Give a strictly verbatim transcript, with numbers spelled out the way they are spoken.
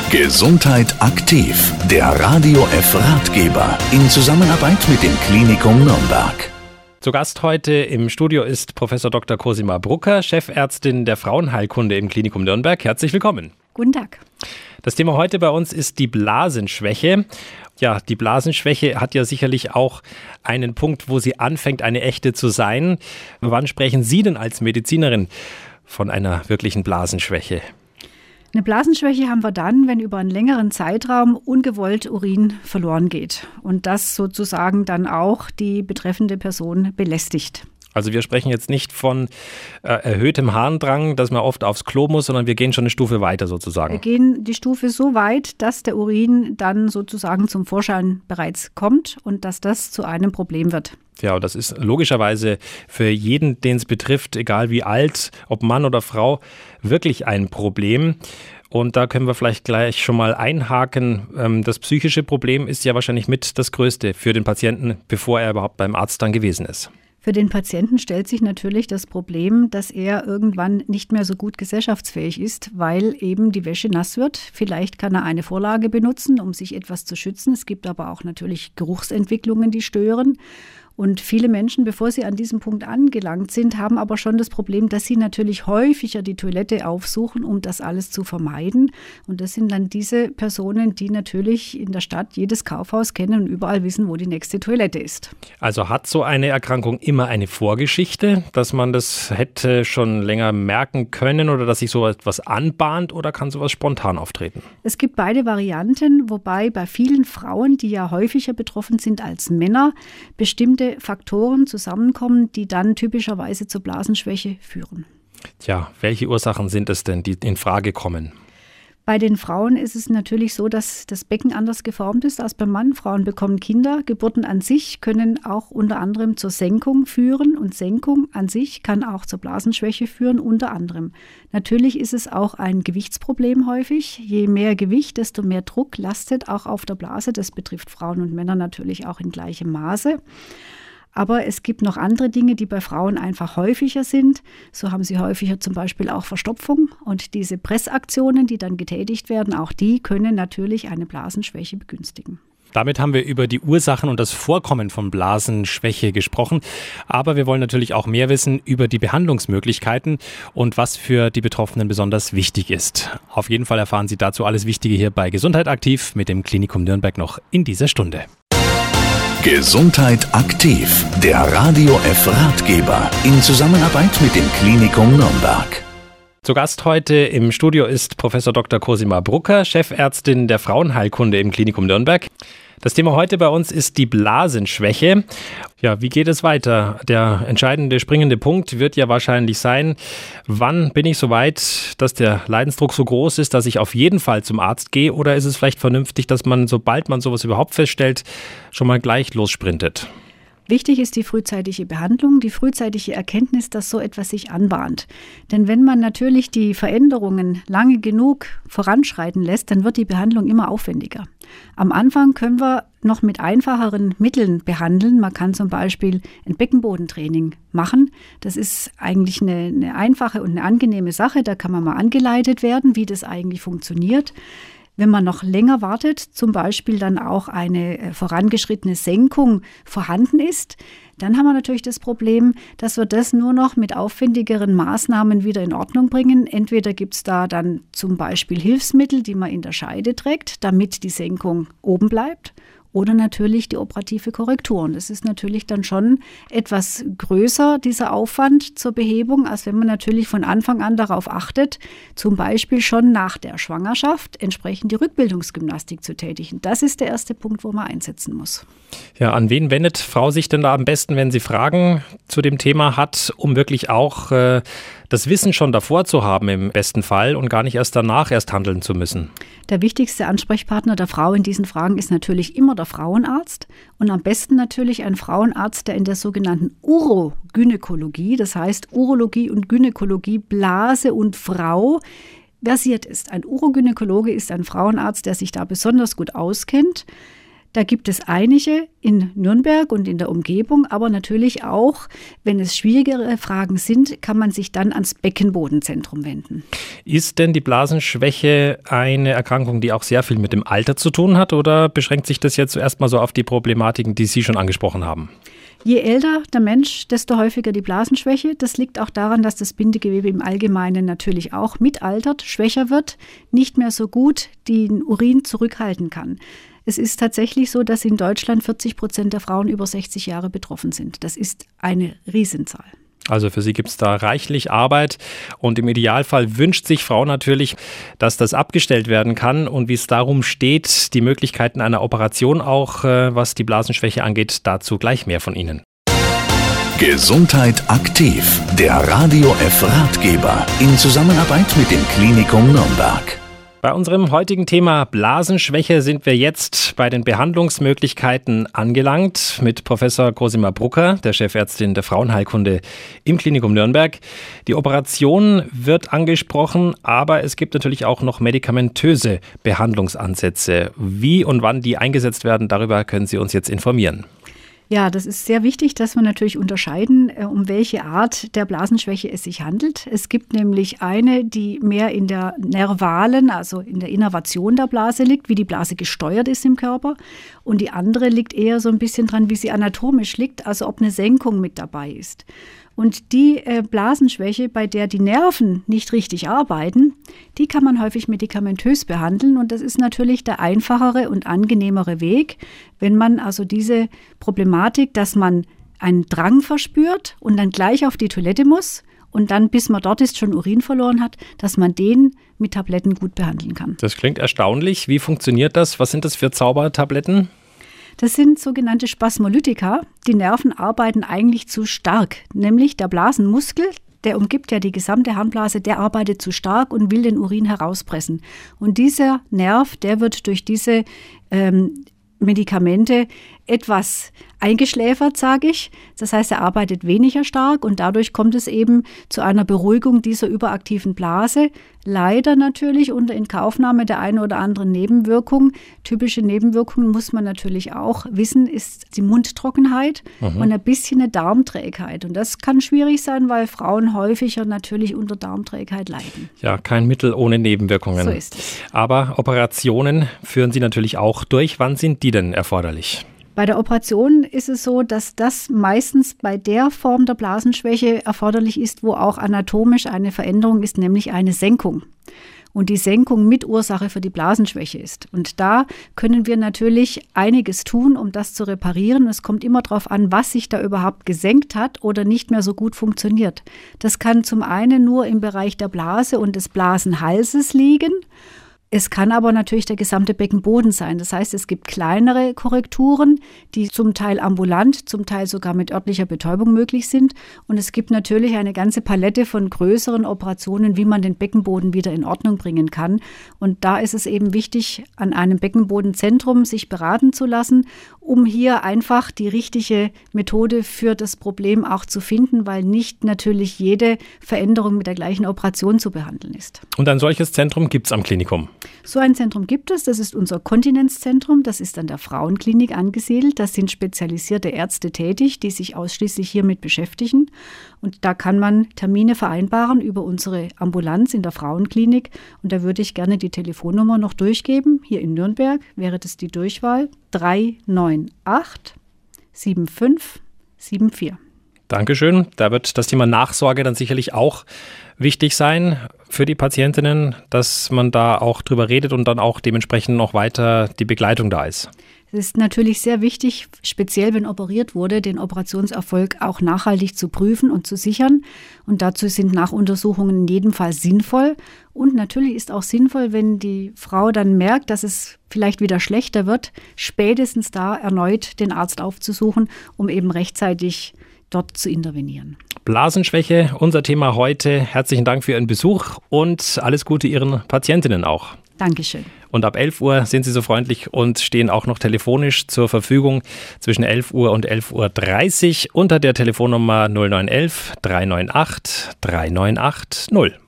Gesundheit aktiv, der Radio F Ratgeber in Zusammenarbeit mit dem Klinikum Nürnberg. Zu Gast heute im Studio ist Professor Doktor Cosima Brucker, Chefärztin der Frauenheilkunde im Klinikum Nürnberg. Herzlich willkommen. Guten Tag. Das Thema heute bei uns ist die Blasenschwäche. Ja, die Blasenschwäche hat ja sicherlich auch einen Punkt, wo sie anfängt, eine echte zu sein. Wann sprechen Sie denn als Medizinerin von einer wirklichen Blasenschwäche? Eine Blasenschwäche haben wir dann, wenn über einen längeren Zeitraum ungewollt Urin verloren geht und das sozusagen dann auch die betreffende Person belästigt. Also wir sprechen jetzt nicht von äh, erhöhtem Harndrang, dass man oft aufs Klo muss, sondern wir gehen schon eine Stufe weiter sozusagen. Wir gehen die Stufe so weit, dass der Urin dann sozusagen zum Vorschein bereits kommt und dass das zu einem Problem wird. Ja, und das ist logischerweise für jeden, den es betrifft, egal wie alt, ob Mann oder Frau, wirklich ein Problem. Und da können wir vielleicht gleich schon mal einhaken. Das psychische Problem ist ja wahrscheinlich mit das Größte für den Patienten, bevor er überhaupt beim Arzt dann gewesen ist. Für den Patienten stellt sich natürlich das Problem, dass er irgendwann nicht mehr so gut gesellschaftsfähig ist, weil eben die Wäsche nass wird. Vielleicht kann er eine Vorlage benutzen, um sich etwas zu schützen. Es gibt aber auch natürlich Geruchsentwicklungen, die stören. Und viele Menschen, bevor sie an diesem Punkt angelangt sind, haben aber schon das Problem, dass sie natürlich häufiger die Toilette aufsuchen, um das alles zu vermeiden. Und das sind dann diese Personen, die natürlich in der Stadt jedes Kaufhaus kennen und überall wissen, wo die nächste Toilette ist. Also hat so eine Erkrankung immer eine Vorgeschichte, dass man das hätte schon länger merken können oder dass sich so etwas anbahnt, oder kann sowas spontan auftreten? Es gibt beide Varianten, wobei bei vielen Frauen, die ja häufiger betroffen sind als Männer, bestimmte Faktoren zusammenkommen, die dann typischerweise zur Blasenschwäche führen. Tja, welche Ursachen sind es denn, die in Frage kommen? Bei den Frauen ist es natürlich so, dass das Becken anders geformt ist als beim Mann. Frauen bekommen Kinder. Geburten an sich können auch unter anderem zur Senkung führen und Senkung an sich kann auch zur Blasenschwäche führen, unter anderem. Natürlich ist es auch ein Gewichtsproblem häufig. Je mehr Gewicht, desto mehr Druck lastet auch auf der Blase. Das betrifft Frauen und Männer natürlich auch in gleichem Maße. Aber es gibt noch andere Dinge, die bei Frauen einfach häufiger sind. So haben sie häufiger zum Beispiel auch Verstopfung. Und diese Pressaktionen, die dann getätigt werden, auch die können natürlich eine Blasenschwäche begünstigen. Damit haben wir über die Ursachen und das Vorkommen von Blasenschwäche gesprochen. Aber wir wollen natürlich auch mehr wissen über die Behandlungsmöglichkeiten und was für die Betroffenen besonders wichtig ist. Auf jeden Fall erfahren Sie dazu alles Wichtige hier bei Gesundheit aktiv mit dem Klinikum Nürnberg noch in dieser Stunde. Gesundheit aktiv, der Radio F Ratgeber in Zusammenarbeit mit dem Klinikum Nürnberg. Zu Gast heute im Studio ist Professor Doktor Cosima Brucker, Chefärztin der Frauenheilkunde im Klinikum Nürnberg. Das Thema heute bei uns ist die Blasenschwäche. Ja, wie geht es weiter? Der entscheidende, springende Punkt wird ja wahrscheinlich sein, wann bin ich so weit, dass der Leidensdruck so groß ist, dass ich auf jeden Fall zum Arzt gehe? Oder ist es vielleicht vernünftig, dass man, sobald man sowas überhaupt feststellt, schon mal gleich lossprintet? Wichtig ist die frühzeitige Behandlung, die frühzeitige Erkenntnis, dass so etwas sich anbahnt. Denn wenn man natürlich die Veränderungen lange genug voranschreiten lässt, dann wird die Behandlung immer aufwendiger. Am Anfang können wir noch mit einfacheren Mitteln behandeln. Man kann zum Beispiel ein Beckenbodentraining machen. Das ist eigentlich eine, eine einfache und eine angenehme Sache. Da kann man mal angeleitet werden, wie das eigentlich funktioniert. Wenn man noch länger wartet, zum Beispiel dann auch eine vorangeschrittene Senkung vorhanden ist, dann haben wir natürlich das Problem, dass wir das nur noch mit aufwendigeren Maßnahmen wieder in Ordnung bringen. Entweder gibt es da dann zum Beispiel Hilfsmittel, die man in der Scheide trägt, damit die Senkung oben bleibt. Oder natürlich die operative Korrektur. Und das ist natürlich dann schon etwas größer, dieser Aufwand zur Behebung, als wenn man natürlich von Anfang an darauf achtet, zum Beispiel schon nach der Schwangerschaft entsprechend die Rückbildungsgymnastik zu tätigen. Das ist der erste Punkt, wo man einsetzen muss. Ja, an wen wendet Frau sich denn da am besten, wenn sie Fragen zu dem Thema hat, um wirklich auch äh, das Wissen schon davor zu haben im besten Fall und gar nicht erst danach erst handeln zu müssen? Der wichtigste Ansprechpartner der Frau in diesen Fragen ist natürlich immer der Frauenarzt und am besten natürlich ein Frauenarzt, der in der sogenannten Urogynäkologie, das heißt Urologie und Gynäkologie, Blase und Frau, versiert ist. Ein Urogynäkologe ist ein Frauenarzt, der sich da besonders gut auskennt. Da gibt es einige in Nürnberg und in der Umgebung, aber natürlich auch, wenn es schwierigere Fragen sind, kann man sich dann ans Beckenbodenzentrum wenden. Ist denn die Blasenschwäche eine Erkrankung, die auch sehr viel mit dem Alter zu tun hat, oder beschränkt sich das jetzt erstmal so auf die Problematiken, die Sie schon angesprochen haben? Je älter der Mensch, desto häufiger die Blasenschwäche. Das liegt auch daran, dass das Bindegewebe im Allgemeinen natürlich auch mitaltert, schwächer wird, nicht mehr so gut den Urin zurückhalten kann. Es ist tatsächlich so, dass in Deutschland vierzig Prozent der Frauen über sechzig Jahre betroffen sind. Das ist eine Riesenzahl. Also für Sie gibt es da reichlich Arbeit und im Idealfall wünscht sich Frau natürlich, dass das abgestellt werden kann und wie es darum steht, die Möglichkeiten einer Operation auch, äh, was die Blasenschwäche angeht, dazu gleich mehr von Ihnen. Gesundheit aktiv, der Radio F Ratgeber in Zusammenarbeit mit dem Klinikum Nürnberg. Bei unserem heutigen Thema Blasenschwäche sind wir jetzt bei den Behandlungsmöglichkeiten angelangt mit Professor Cosima Brucker, der Chefärztin der Frauenheilkunde im Klinikum Nürnberg. Die Operation wird angesprochen, aber es gibt natürlich auch noch medikamentöse Behandlungsansätze. Wie und wann die eingesetzt werden, darüber können Sie uns jetzt informieren. Ja, das ist sehr wichtig, dass wir natürlich unterscheiden, um welche Art der Blasenschwäche es sich handelt. Es gibt nämlich eine, die mehr in der nervalen, also in der Innervation der Blase liegt, wie die Blase gesteuert ist im Körper. Und die andere liegt eher so ein bisschen dran, wie sie anatomisch liegt, also ob eine Senkung mit dabei ist. Und die äh, Blasenschwäche, bei der die Nerven nicht richtig arbeiten, die kann man häufig medikamentös behandeln. Und das ist natürlich der einfachere und angenehmere Weg, wenn man also diese Problematik, dass man einen Drang verspürt und dann gleich auf die Toilette muss und dann, bis man dort ist, schon Urin verloren hat, dass man den mit Tabletten gut behandeln kann. Das klingt erstaunlich. Wie funktioniert das? Was sind das für Zaubertabletten? Das sind sogenannte Spasmolytika. Die Nerven arbeiten eigentlich zu stark, nämlich der Blasenmuskel, der umgibt ja die gesamte Harnblase, der arbeitet zu stark und will den Urin herauspressen. Und dieser Nerv, der wird durch diese ähm, Medikamente etwas eingeschläfert, sage ich. Das heißt, er arbeitet weniger stark und dadurch kommt es eben zu einer Beruhigung dieser überaktiven Blase. Leider natürlich unter Inkaufnahme der einen oder anderen Nebenwirkung. Typische Nebenwirkungen muss man natürlich auch wissen, ist die Mundtrockenheit mhm. und ein bisschen eine Darmträgheit. Und das kann schwierig sein, weil Frauen häufiger natürlich unter Darmträgheit leiden. Ja, kein Mittel ohne Nebenwirkungen. So ist es. Aber Operationen führen Sie natürlich auch durch. Wann sind die denn erforderlich? Bei der Operation ist es so, dass das meistens bei der Form der Blasenschwäche erforderlich ist, wo auch anatomisch eine Veränderung ist, nämlich eine Senkung. Und die Senkung mit Ursache für die Blasenschwäche ist. Und da können wir natürlich einiges tun, um das zu reparieren. Es kommt immer darauf an, was sich da überhaupt gesenkt hat oder nicht mehr so gut funktioniert. Das kann zum einen nur im Bereich der Blase und des Blasenhalses liegen. Es kann aber natürlich der gesamte Beckenboden sein. Das heißt, es gibt kleinere Korrekturen, die zum Teil ambulant, zum Teil sogar mit örtlicher Betäubung möglich sind. Und es gibt natürlich eine ganze Palette von größeren Operationen, wie man den Beckenboden wieder in Ordnung bringen kann. Und da ist es eben wichtig, an einem Beckenbodenzentrum sich beraten zu lassen, um hier einfach die richtige Methode für das Problem auch zu finden, weil nicht natürlich jede Veränderung mit der gleichen Operation zu behandeln ist. Und ein solches Zentrum gibt es am Klinikum? So ein Zentrum gibt es, das ist unser Kontinenzzentrum, das ist an der Frauenklinik angesiedelt. Da sind spezialisierte Ärzte tätig, die sich ausschließlich hiermit beschäftigen. Und da kann man Termine vereinbaren über unsere Ambulanz in der Frauenklinik. Und da würde ich gerne die Telefonnummer noch durchgeben. Hier in Nürnberg wäre das die Durchwahl drei neun acht sieben fünf sieben vier. Dankeschön. Da wird das Thema Nachsorge dann sicherlich auch wichtig sein für die Patientinnen, dass man da auch drüber redet und dann auch dementsprechend noch weiter die Begleitung da ist. Es ist natürlich sehr wichtig, speziell wenn operiert wurde, den Operationserfolg auch nachhaltig zu prüfen und zu sichern. Und dazu sind Nachuntersuchungen in jedem Fall sinnvoll. Und natürlich ist auch sinnvoll, wenn die Frau dann merkt, dass es vielleicht wieder schlechter wird, spätestens da erneut den Arzt aufzusuchen, um eben rechtzeitig dort zu intervenieren. Blasenschwäche, unser Thema heute. Herzlichen Dank für Ihren Besuch und alles Gute Ihren Patientinnen auch. Dankeschön. Und ab elf Uhr sind Sie so freundlich und stehen auch noch telefonisch zur Verfügung zwischen elf Uhr und elf Uhr dreißig unter der Telefonnummer null neun eins eins drei neun acht drei neun acht null.